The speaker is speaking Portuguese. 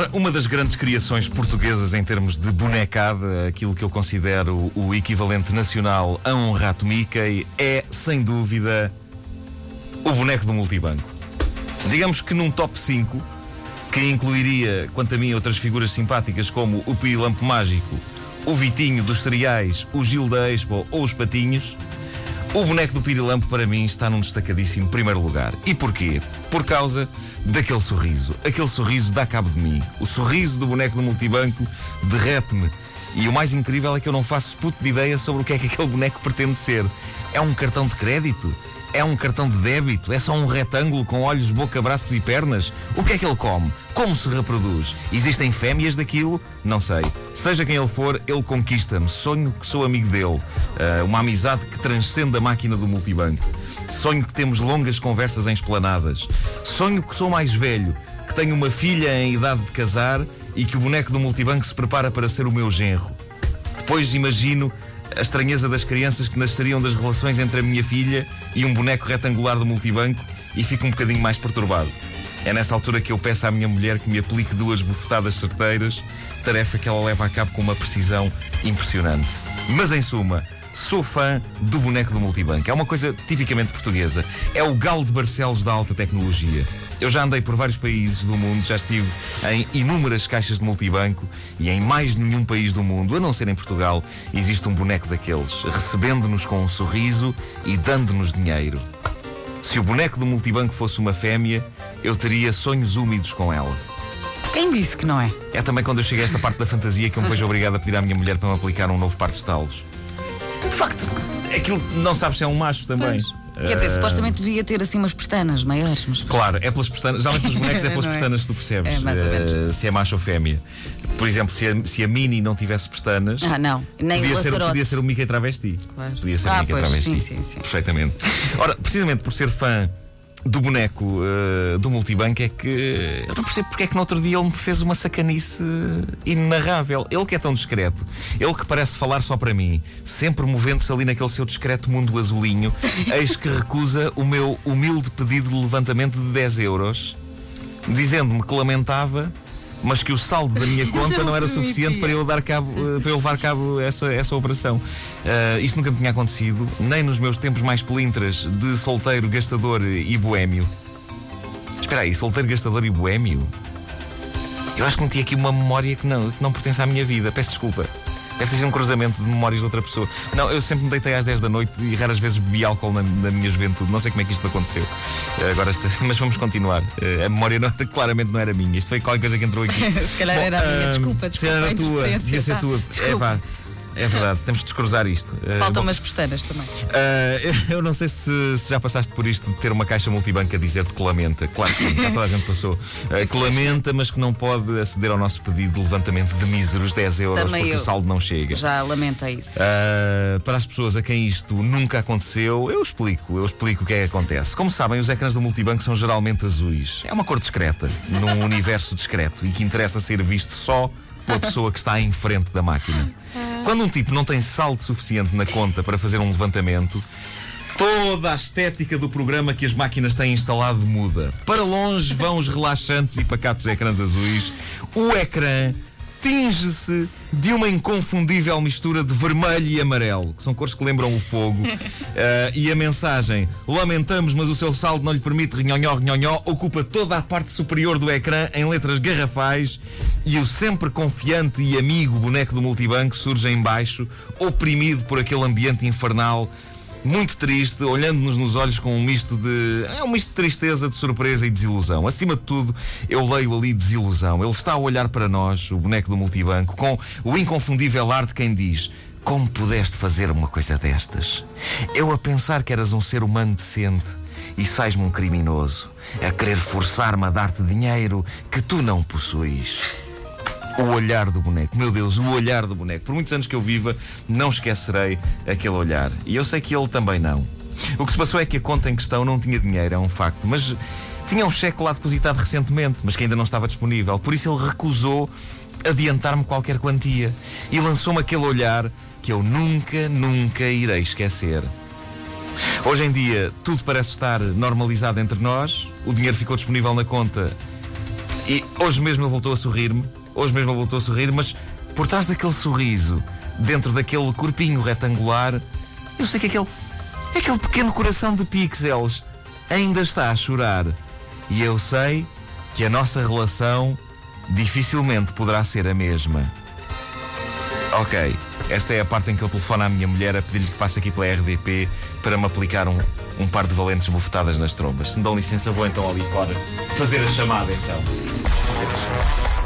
Ora, uma das grandes criações portuguesas em termos de bonecada, aquilo que eu considero o equivalente nacional a um rato Mickey, é, sem dúvida, o boneco do multibanco. Digamos que num top 5, que incluiria, quanto a mim, outras figuras simpáticas como o Pirilampo Mágico, o Vitinho dos cereais, o Gil da Expo ou os Patinhos, o boneco do Pirilampo, para mim, está num destacadíssimo primeiro lugar. E porquê? Por causa daquele sorriso. Aquele sorriso dá cabo de mim. O sorriso do boneco do multibanco derrete-me. E o mais incrível é que eu não faço puto de ideia sobre o que é que aquele boneco pretende ser. É um cartão de crédito? É um cartão de débito? É só um retângulo com olhos, boca, braços e pernas? O que é que ele come? Como se reproduz? Existem fêmeas daquilo? Não sei. Seja quem ele for, ele conquista-me. Sonho que sou amigo dele. Uma amizade que transcende a máquina do multibanco. Sonho que temos longas conversas em esplanadas. Sonho que sou mais velho, que tenho uma filha em idade de casar e que o boneco do multibanco se prepara para ser o meu genro. Depois imagino a estranheza das crianças que nasceriam das relações entre a minha filha e um boneco retangular do multibanco e fico um bocadinho mais perturbado. É nessa altura que eu peço à minha mulher que me aplique 2 bufetadas certeiras, tarefa que ela leva a cabo com uma precisão impressionante. Mas em suma, sou fã do boneco do multibanco. É uma coisa tipicamente portuguesa. É o Galo de Barcelos da alta tecnologia. Eu já andei por vários países do mundo, já estive em inúmeras caixas de multibanco e em mais nenhum país do mundo, a não ser em Portugal, existe um boneco daqueles, recebendo-nos com um sorriso e dando-nos dinheiro. Se o boneco do multibanco fosse uma fêmea, eu teria sonhos úmidos com ela. Quem disse que não é? É também quando eu chego a esta parte da fantasia que eu me vejo obrigado a pedir à minha mulher para me aplicar um novo par de estalos. De facto, aquilo não sabes se é um macho também. Pois. Quer dizer, supostamente devia ter assim umas pestanas maiores. Mas... Claro, é pelas pestanas. Geralmente os bonecos é pelas pestanas que tu percebes se é macho ou fêmea. Por exemplo, se a Minnie não tivesse pestanas, não. Nem podia ser o Mickey travesti. Claro. Podia ser o Mickey travesti. Sim. Perfeitamente. Ora, precisamente por ser fã do boneco do multibanco é que eu não percebo porque é que no outro dia ele me fez uma sacanice inenarrável. Ele que é tão discreto, ele que parece falar só para mim, sempre movendo-se ali naquele seu discreto mundo azulinho, eis que recusa o meu humilde pedido de levantamento de 10 euros, dizendo-me que lamentava, mas que o saldo da minha conta não era suficiente para eu levar a cabo essa operação. Isto nunca me tinha acontecido, nem nos meus tempos mais pelintras de solteiro, gastador e boémio. Espera aí, solteiro, gastador e boémio? Eu acho que meti aqui uma memória que não pertence à minha vida. Peço desculpa. Deve ser um cruzamento de memórias de outra pessoa. Não, eu sempre me deitei às 10 da noite e raras vezes bebi álcool na minha juventude. Não sei como é que isto me aconteceu. Mas vamos continuar. A memória claramente não era minha. Isto foi qualquer coisa que entrou aqui. Se calhar era a minha. Desculpa. Se era a tua, devia ser a tua. É verdade, temos de descruzar isto. Faltam umas pestanas também. Eu não sei se já passaste por isto de ter uma caixa multibanco a dizer-te que lamenta. Claro que sim, já toda a gente passou. Que lamenta, mas que não pode aceder ao nosso pedido de levantamento de míseros 10 euros também porque o saldo não chega. Já lamenta isso. Para as pessoas a quem isto nunca aconteceu, eu explico o que é que acontece. Como sabem, os ecrãs do multibanco são geralmente azuis. É uma cor discreta, num universo discreto e que interessa ser visto só pela pessoa que está em frente da máquina. Quando um tipo não tem saldo suficiente na conta para fazer um levantamento, toda a estética do programa que as máquinas têm instalado muda. Para longe vão os relaxantes e pacatos ecrãs azuis. O ecrã tinge-se de uma inconfundível mistura de vermelho e amarelo, que são cores que lembram o fogo. E a mensagem: lamentamos, mas o seu saldo não lhe permite rinhonhó, rinhonhó, ocupa toda a parte superior do ecrã em letras garrafais. E o sempre confiante e amigo boneco do multibanco surge em baixo, oprimido por aquele ambiente infernal, muito triste, olhando-nos nos olhos com um misto de tristeza, de surpresa e desilusão. Acima de tudo, eu leio ali desilusão. Ele está a olhar para nós, o boneco do multibanco, com o inconfundível ar de quem diz: como pudeste fazer uma coisa destas? Eu a pensar que eras um ser humano decente e sais-me um criminoso, a querer forçar-me a dar-te dinheiro que tu não possuis. O olhar do boneco, meu Deus, o olhar do boneco. Por muitos anos que eu viva, não esquecerei aquele olhar. E eu sei que ele também não. O que se passou é que a conta em questão não tinha dinheiro, é um facto. Mas tinha um cheque lá depositado recentemente, mas que ainda não estava disponível. Por isso ele recusou adiantar-me qualquer quantia. E lançou-me aquele olhar que eu nunca irei esquecer. Hoje em dia, tudo parece estar normalizado entre nós. O dinheiro ficou disponível na conta E hoje mesmo ele voltou a sorrir-me. Mas por trás daquele sorriso, dentro daquele corpinho retangular, eu sei que aquele pequeno coração de pixels ainda está a chorar. E eu sei que a nossa relação dificilmente poderá ser a mesma. Ok, esta é a parte em que eu telefono à minha mulher a pedir-lhe que passe aqui pela RDP para me aplicar um par de valentes bufetadas nas trombas. Se me dão licença, vou então ali fora fazer a chamada então.